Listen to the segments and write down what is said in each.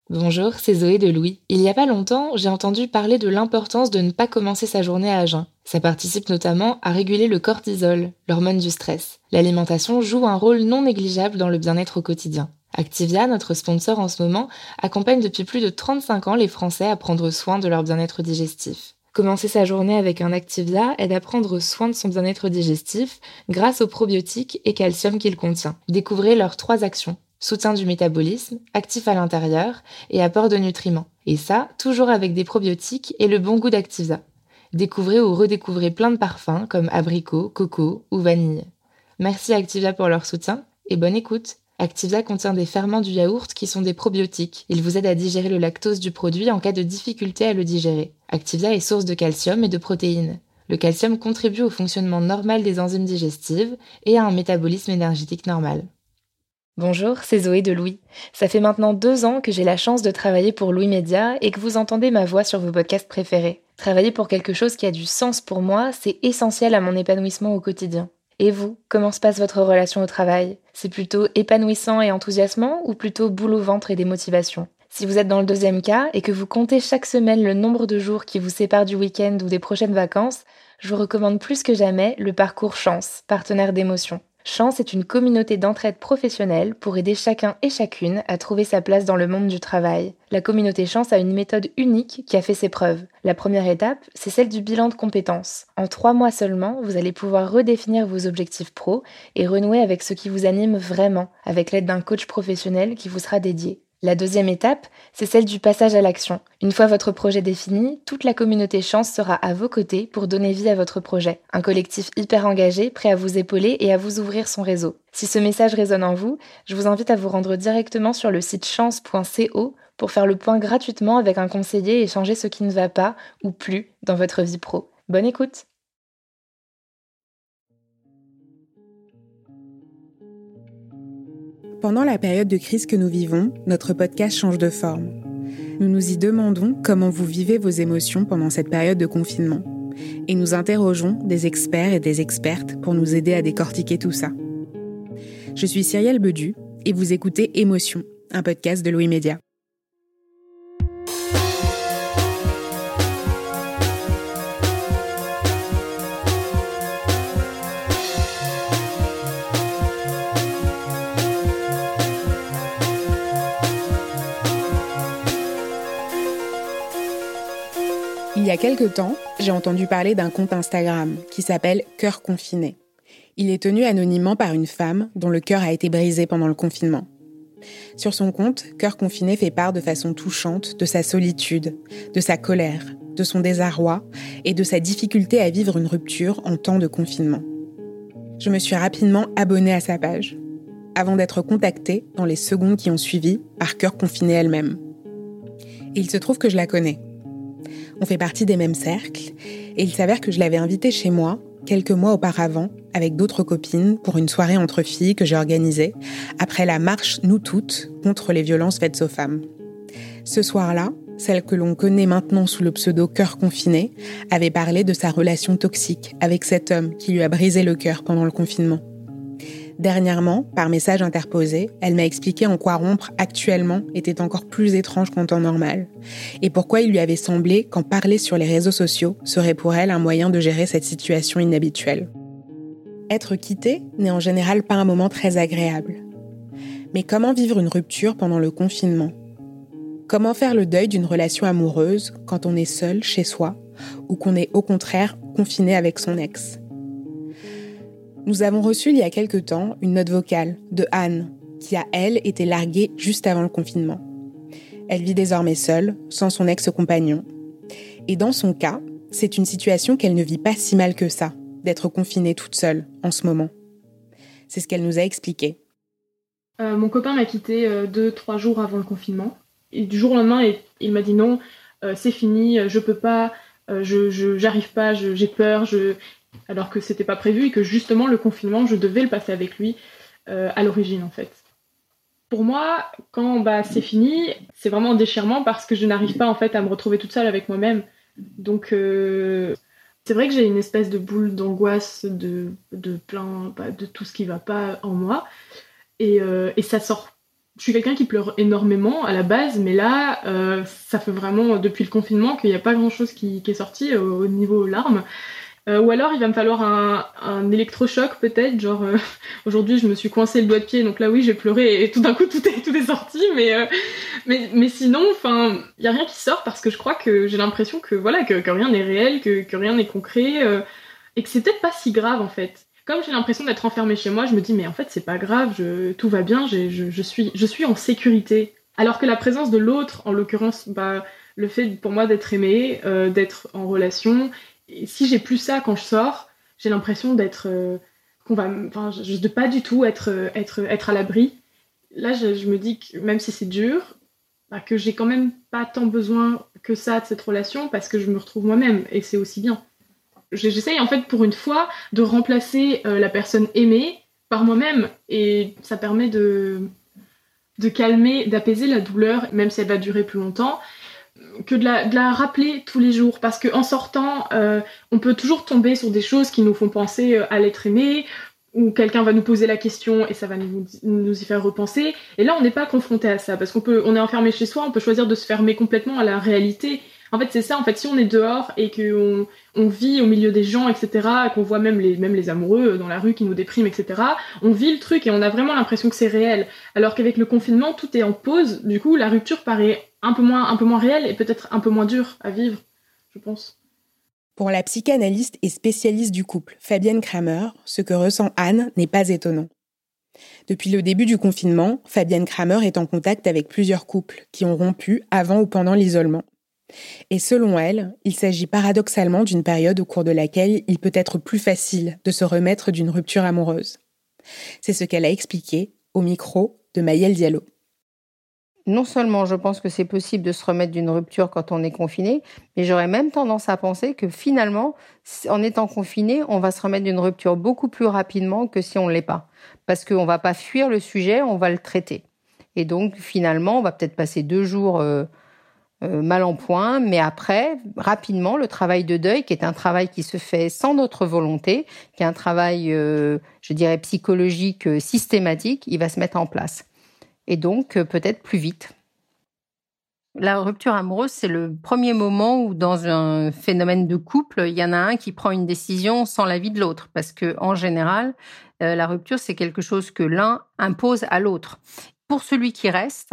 Bonjour, c'est Zoé de Louis. Il y a pas longtemps, j'ai entendu parler de l'importance de ne pas commencer sa journée à jeun. Ça participe notamment à réguler le cortisol, l'hormone du stress. L'alimentation joue un rôle non négligeable dans le bien-être au quotidien. Activia, notre sponsor en ce moment, accompagne depuis plus de 35 ans les Français à prendre soin de leur bien-être digestif. Commencer sa journée avec un Activia aide à prendre soin de son bien-être digestif grâce aux probiotiques et calcium qu'il contient. Découvrez leurs 3 actions. Soutien du métabolisme, actif à l'intérieur et apport de nutriments. Et ça, toujours avec des probiotiques et le bon goût d'Activia. Découvrez ou redécouvrez plein de parfums comme abricot, coco ou vanille. Merci Activia pour leur soutien et bonne écoute. Activia contient des ferments du yaourt qui sont des probiotiques. Ils vous aident à digérer le lactose du produit en cas de difficulté à le digérer. Activia est source de calcium et de protéines. Le calcium contribue au fonctionnement normal des enzymes digestives et à un métabolisme énergétique normal. Bonjour, c'est Zoé de Louis. Ça fait maintenant 2 ans que j'ai la chance de travailler pour Louis Média et que vous entendez ma voix sur vos podcasts préférés. Travailler pour quelque chose qui a du sens pour moi, c'est essentiel à mon épanouissement au quotidien. Et vous, comment se passe votre relation au travail ? C'est plutôt épanouissant et enthousiasmant ou plutôt boule au ventre et démotivation ? Si vous êtes dans le deuxième cas et que vous comptez chaque semaine le nombre de jours qui vous séparent du week-end ou des prochaines vacances, je vous recommande plus que jamais le parcours Chance, partenaire d'émotion. Chance est une communauté d'entraide professionnelle pour aider chacun et chacune à trouver sa place dans le monde du travail. La communauté Chance a une méthode unique qui a fait ses preuves. La première étape, c'est celle du bilan de compétences. En 3 mois seulement, vous allez pouvoir redéfinir vos objectifs pro et renouer avec ce qui vous anime vraiment, avec l'aide d'un coach professionnel qui vous sera dédié. La deuxième étape, c'est celle du passage à l'action. Une fois votre projet défini, toute la communauté Chance sera à vos côtés pour donner vie à votre projet. Un collectif hyper engagé, prêt à vous épauler et à vous ouvrir son réseau. Si ce message résonne en vous, je vous invite à vous rendre directement sur le site chance.co pour faire le point gratuitement avec un conseiller et changer ce qui ne va pas ou plus dans votre vie pro. Bonne écoute! Pendant la période de crise que nous vivons, notre podcast change de forme. Nous nous y demandons comment vous vivez vos émotions pendant cette période de confinement. Et nous interrogeons des experts et des expertes pour nous aider à décortiquer tout ça. Je suis Cyrielle Bedu et vous écoutez Émotion, un podcast de Louis Média. Il y a quelques temps, j'ai entendu parler d'un compte Instagram qui s'appelle Cœur confiné. Il est tenu anonymement par une femme dont le cœur a été brisé pendant le confinement. Sur son compte, Cœur confiné fait part de façon touchante de sa solitude, de sa colère, de son désarroi et de sa difficulté à vivre une rupture en temps de confinement. Je me suis rapidement abonnée à sa page, avant d'être contactée dans les secondes qui ont suivi par Cœur confiné elle-même. Et il se trouve que je la connais. On fait partie des mêmes cercles, et il s'avère que je l'avais invitée chez moi, quelques mois auparavant, avec d'autres copines, pour une soirée entre filles que j'ai organisée, après la marche Nous Toutes contre les violences faites aux femmes. Ce soir-là, celle que l'on connaît maintenant sous le pseudo Cœur confiné, avait parlé de sa relation toxique avec cet homme qui lui a brisé le cœur pendant le confinement. Dernièrement, par message interposé, elle m'a expliqué en quoi rompre actuellement était encore plus étrange qu'en temps normal, et pourquoi il lui avait semblé qu'en parler sur les réseaux sociaux serait pour elle un moyen de gérer cette situation inhabituelle. Être quitté n'est en général pas un moment très agréable. Mais comment vivre une rupture pendant le confinement ? Comment faire le deuil d'une relation amoureuse quand on est seul chez soi, ou qu'on est au contraire confiné avec son ex ? Nous avons reçu il y a quelque temps une note vocale de Anne, qui a, elle, été larguée juste avant le confinement. Elle vit désormais seule, sans son ex-compagnon. Et dans son cas, c'est une situation qu'elle ne vit pas si mal que ça, d'être confinée toute seule en ce moment. C'est ce qu'elle nous a expliqué. Mon copain m'a quittée 2-3 jours avant le confinement. Et du jour au lendemain, il m'a dit non, c'est fini, je peux pas, j'arrive pas, j'ai peur, alors que c'était pas prévu et que justement le confinement, je devais le passer avec lui à l'origine en fait. Pour moi, quand c'est fini, c'est vraiment un déchirement parce que je n'arrive pas en fait à me retrouver toute seule avec moi-même. Donc c'est vrai que j'ai une espèce de boule d'angoisse de tout ce qui va pas en moi et ça sort Je suis quelqu'un qui pleure énormément à la base, mais là, ça fait vraiment depuis le confinement qu'il n'y a pas grand-chose qui est sorti au niveau larmes. Ou alors il va me falloir un électrochoc peut-être, genre aujourd'hui je me suis coincé le doigt de pied, donc là oui j'ai pleuré et tout d'un coup tout est sorti, mais sinon, enfin, il y a rien qui sort parce que je crois que j'ai l'impression que voilà que rien n'est réel, que rien n'est concret, et que c'est peut-être pas si grave en fait. Comme j'ai l'impression d'être enfermée chez moi, je me dis mais en fait c'est pas grave, tout va bien, je suis en sécurité. Alors que la présence de l'autre, en l'occurrence, le fait pour moi d'être aimée, d'être en relation. Et si j'ai plus ça quand je sors, j'ai l'impression d'être de pas du tout être à l'abri. Là, je me dis que même si c'est dur, que j'ai quand même pas tant besoin que ça de cette relation parce que je me retrouve moi-même et c'est aussi bien. J'essaye en fait pour une fois de remplacer la personne aimée par moi-même et ça permet de calmer, d'apaiser la douleur, même si elle va durer plus longtemps. Que de la rappeler tous les jours, parce qu'en sortant, on peut toujours tomber sur des choses qui nous font penser à l'être aimé, ou quelqu'un va nous poser la question et ça va nous y faire repenser. Et là, on n'est pas confronté à ça, parce on est enfermé chez soi, on peut choisir de se fermer complètement à la réalité. En fait, c'est ça, en fait, si on est dehors et qu'on vit au milieu des gens, etc., qu'on voit même les amoureux dans la rue qui nous dépriment, etc., on vit le truc et on a vraiment l'impression que c'est réel. Alors qu'avec le confinement, tout est en pause, du coup, la rupture paraît un peu moins réelle et peut-être un peu moins dure à vivre, je pense. Pour la psychanalyste et spécialiste du couple, Fabienne Kramer, ce que ressent Anne n'est pas étonnant. Depuis le début du confinement, Fabienne Kramer est en contact avec plusieurs couples qui ont rompu avant ou pendant l'isolement. Et selon elle, il s'agit paradoxalement d'une période au cours de laquelle il peut être plus facile de se remettre d'une rupture amoureuse. C'est ce qu'elle a expliqué au micro de Maëlle Diallo. Non seulement je pense que c'est possible de se remettre d'une rupture quand on est confiné, mais j'aurais même tendance à penser que finalement, en étant confiné, on va se remettre d'une rupture beaucoup plus rapidement que si on ne l'est pas. Parce qu'on ne va pas fuir le sujet, on va le traiter. Et donc finalement, on va peut-être passer 2 jours mal en point, mais après, rapidement, le travail de deuil, qui est un travail qui se fait sans notre volonté, qui est un travail, je dirais, psychologique systématique, il va se mettre en place. Et donc, peut-être plus vite. La rupture amoureuse, c'est le premier moment où, dans un phénomène de couple, il y en a un qui prend une décision sans l'avis de l'autre. Parce que, en général, la rupture, c'est quelque chose que l'un impose à l'autre. Pour celui qui reste,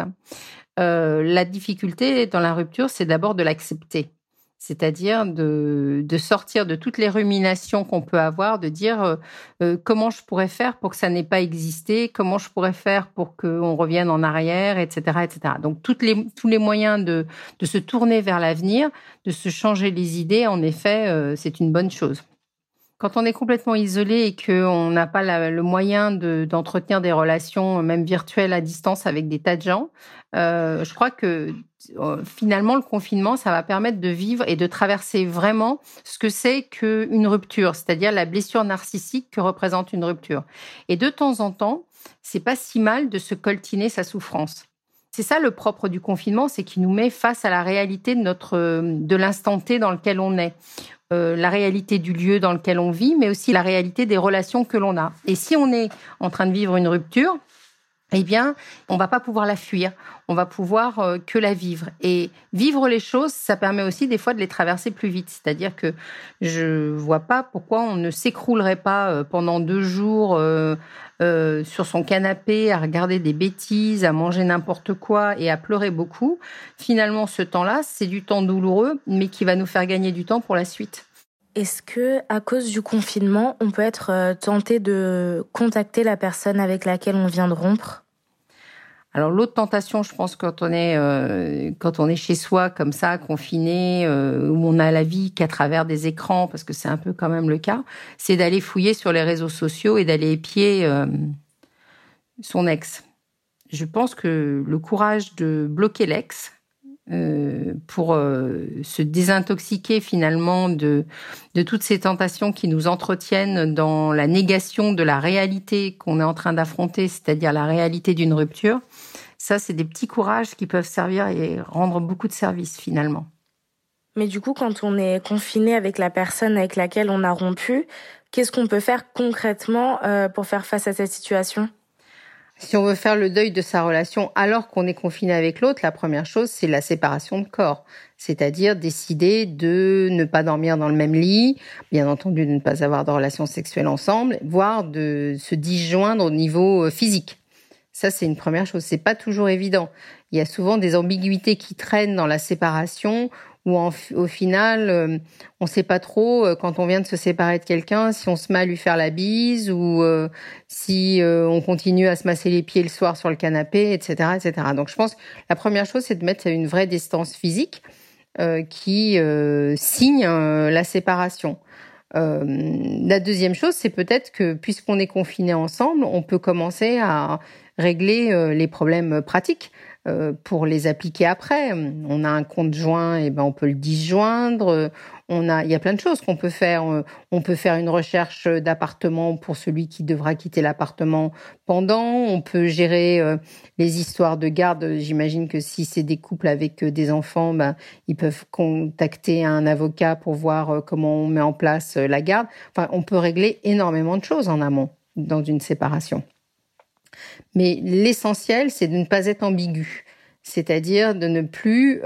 la difficulté dans la rupture, c'est d'abord de l'accepter. C'est-à-dire de sortir de toutes les ruminations qu'on peut avoir, de dire comment je pourrais faire pour que ça n'ait pas existé, comment je pourrais faire pour qu'on revienne en arrière, etc., etc. Donc, tous les moyens de se tourner vers l'avenir, de se changer les idées, en effet, c'est une bonne chose. Quand on est complètement isolé et qu'on n'a pas le moyen d'entretenir des relations, même virtuelles, à distance avec des tas de gens, je crois que finalement, le confinement, ça va permettre de vivre et de traverser vraiment ce que c'est qu'une rupture, c'est-à-dire la blessure narcissique que représente une rupture. Et de temps en temps, c'est pas si mal de se coltiner sa souffrance. C'est ça le propre du confinement, c'est qu'il nous met face à la réalité de l'instant T dans lequel on est. La réalité du lieu dans lequel on vit, mais aussi la réalité des relations que l'on a. Et si on est en train de vivre une rupture, eh bien, on va pas pouvoir la fuir. On va pouvoir que la vivre. Et vivre les choses, ça permet aussi des fois de les traverser plus vite. C'est-à-dire que je vois pas pourquoi on ne s'écroulerait pas pendant 2 jours sur son canapé à regarder des bêtises, à manger n'importe quoi et à pleurer beaucoup. Finalement, ce temps-là, c'est du temps douloureux, mais qui va nous faire gagner du temps pour la suite. Est-ce que, à cause du confinement, on peut être tenté de contacter la personne avec laquelle on vient de rompre ? Alors l'autre tentation, je pense, quand on est chez soi comme ça, confiné, où on a la vie qu'à travers des écrans, parce que c'est un peu quand même le cas, c'est d'aller fouiller sur les réseaux sociaux et d'aller épier son ex. Je pense que le courage de bloquer l'ex pour se désintoxiquer finalement de toutes ces tentations qui nous entretiennent dans la négation de la réalité qu'on est en train d'affronter, c'est-à-dire la réalité d'une rupture. Ça, c'est des petits courages qui peuvent servir et rendre beaucoup de services finalement. Mais du coup, quand on est confiné avec la personne avec laquelle on a rompu, qu'est-ce qu'on peut faire concrètement pour faire face à cette situation ? Si on veut faire le deuil de sa relation alors qu'on est confiné avec l'autre, la première chose, c'est la séparation de corps. C'est-à-dire décider de ne pas dormir dans le même lit, bien entendu de ne pas avoir de relations sexuelles ensemble, voire de se disjoindre au niveau physique. Ça, c'est une première chose. C'est pas toujours évident. Il y a souvent des ambiguïtés qui traînent dans la séparation où au final, on sait pas trop quand on vient de se séparer de quelqu'un si on se met à lui faire la bise ou si on continue à se masser les pieds le soir sur le canapé, etc., etc. Donc, je pense que la première chose, c'est de mettre une vraie distance physique qui signe la séparation. La deuxième chose, c'est peut-être que puisqu'on est confinés ensemble, on peut commencer à régler les problèmes pratiques pour les appliquer après. On a un compte joint, et ben on peut le disjoindre. Il y a plein de choses qu'on peut faire. On peut faire une recherche d'appartement pour celui qui devra quitter l'appartement pendant. On peut gérer les histoires de garde. J'imagine que si c'est des couples avec des enfants, ben ils peuvent contacter un avocat pour voir comment on met en place la garde. Enfin, on peut régler énormément de choses en amont dans une séparation. Mais l'essentiel, c'est de ne pas être ambigu, c'est-à-dire de ne plus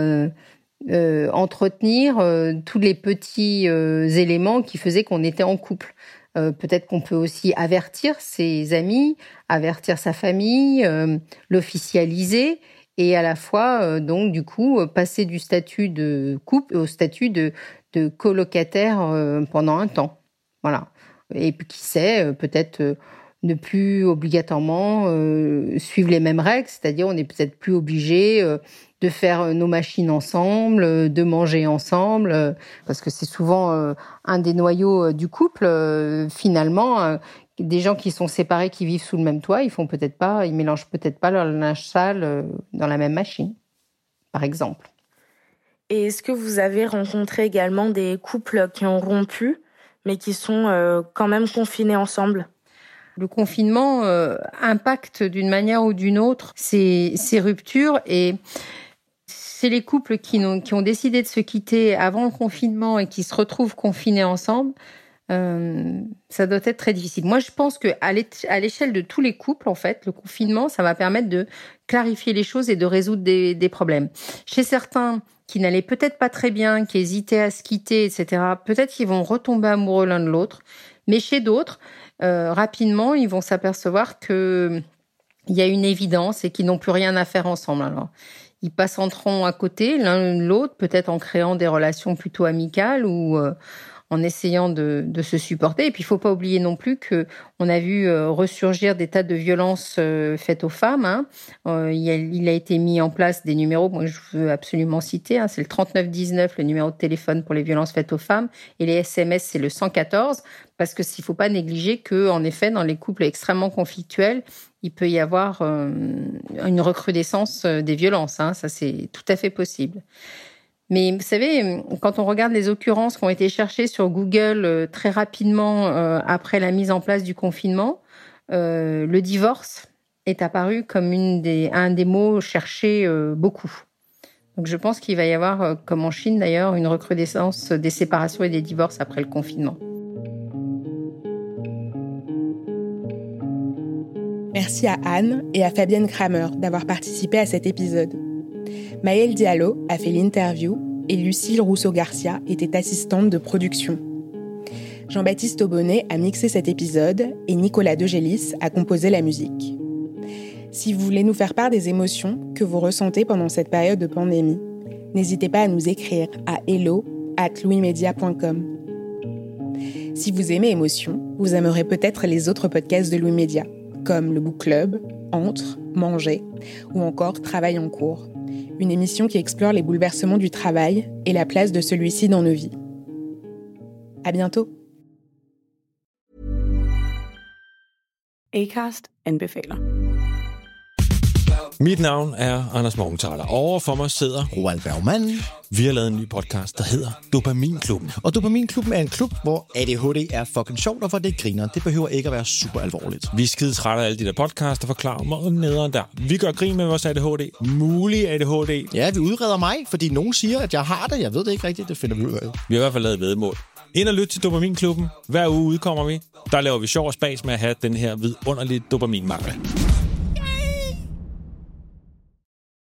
entretenir tous les petits éléments qui faisaient qu'on était en couple. Peut-être qu'on peut aussi avertir ses amis, avertir sa famille, l'officialiser et à la fois, donc du coup, passer du statut de couple au statut de colocataire pendant un temps. Voilà. Et puis qui sait, peut-être ne plus obligatoirement suivre les mêmes règles, c'est-à-dire on n'est peut-être plus obligé de faire nos machines ensemble, de manger ensemble, parce que c'est souvent un des noyaux du couple. Finalement, des gens qui sont séparés, qui vivent sous le même toit, ils mélangent peut-être pas leur linge sale dans la même machine, par exemple. Et est-ce que vous avez rencontré également des couples qui ont rompu, mais qui sont quand même confinés ensemble ? Le confinement impacte d'une manière ou d'une autre ces ruptures et c'est les couples qui ont décidé de se quitter avant le confinement et qui se retrouvent confinés ensemble. Ça doit être très difficile. Moi, je pense qu'à l'échelle de tous les couples, en fait, le confinement, ça va permettre de clarifier les choses et de résoudre des problèmes. Chez certains qui n'allaient peut-être pas très bien, qui hésitaient à se quitter, etc., peut-être qu'ils vont retomber amoureux l'un de l'autre. Mais chez d'autres, rapidement, ils vont s'apercevoir qu'il y a une évidence et qu'ils n'ont plus rien à faire ensemble. Alors, ils passeront à côté l'un de l'autre, peut-être en créant des relations plutôt amicales ou en essayant de se supporter. Et puis, il faut pas oublier non plus que on a vu ressurgir des tas de violences faites aux femmes. Hein. Il a été mis en place des numéros, moi je veux absolument citer, hein, c'est le 3919, le numéro de téléphone pour les violences faites aux femmes, et les SMS, c'est le 114, parce que s'il faut pas négliger que, en effet, dans les couples extrêmement conflictuels, il peut y avoir une recrudescence des violences. Hein, ça, c'est tout à fait possible. Mais vous savez, quand on regarde les occurrences qui ont été cherchées sur Google très rapidement après la mise en place du confinement, le divorce est apparu comme un des mots cherchés beaucoup. Donc je pense qu'il va y avoir, comme en Chine d'ailleurs, une recrudescence des séparations et des divorces après le confinement. Merci à Anne et à Fabienne Kramer d'avoir participé à cet épisode. Maëlle Diallo a fait l'interview et Lucille Rousseau-Garcia était assistante de production. Jean-Baptiste Aubonnet a mixé cet épisode et Nicolas Degélis a composé la musique. Si vous voulez nous faire part des émotions que vous ressentez pendant cette période de pandémie, n'hésitez pas à nous écrire à hello@louismedia.com. Si vous aimez Émotion, vous aimerez peut-être les autres podcasts de Louis Média, comme le Book Club, Entre, Manger ou encore Travail en cours, une émission qui explore les bouleversements du travail et la place de celui-ci dans nos vies. À bientôt. Acast anbefaler. Mit navn er Anders Morgenthaler. Over for mig sidder Roald Bergmann. Vi har lavet en ny podcast, der hedder Dopaminklubben. Og Dopaminklubben er en klub, hvor ADHD er fucking sjovt, og hvor det griner. Det behøver ikke at være super alvorligt. Vi er skide trætte af alle de der podcasts, der forklarer mig og nederen der. Vi gør grin med vores ADHD. Mulig ADHD. Ja, vi udreder mig, fordi nogen siger, at jeg har det. Jeg ved det ikke rigtigt, det finder vi ud af. Vi har i hvert fald lavet væddemål. Ind og lyt til Dopaminklubben. Hver uge udkommer vi. Der laver vi sjov og spas med at have den her vidunderlige dopaminmangel.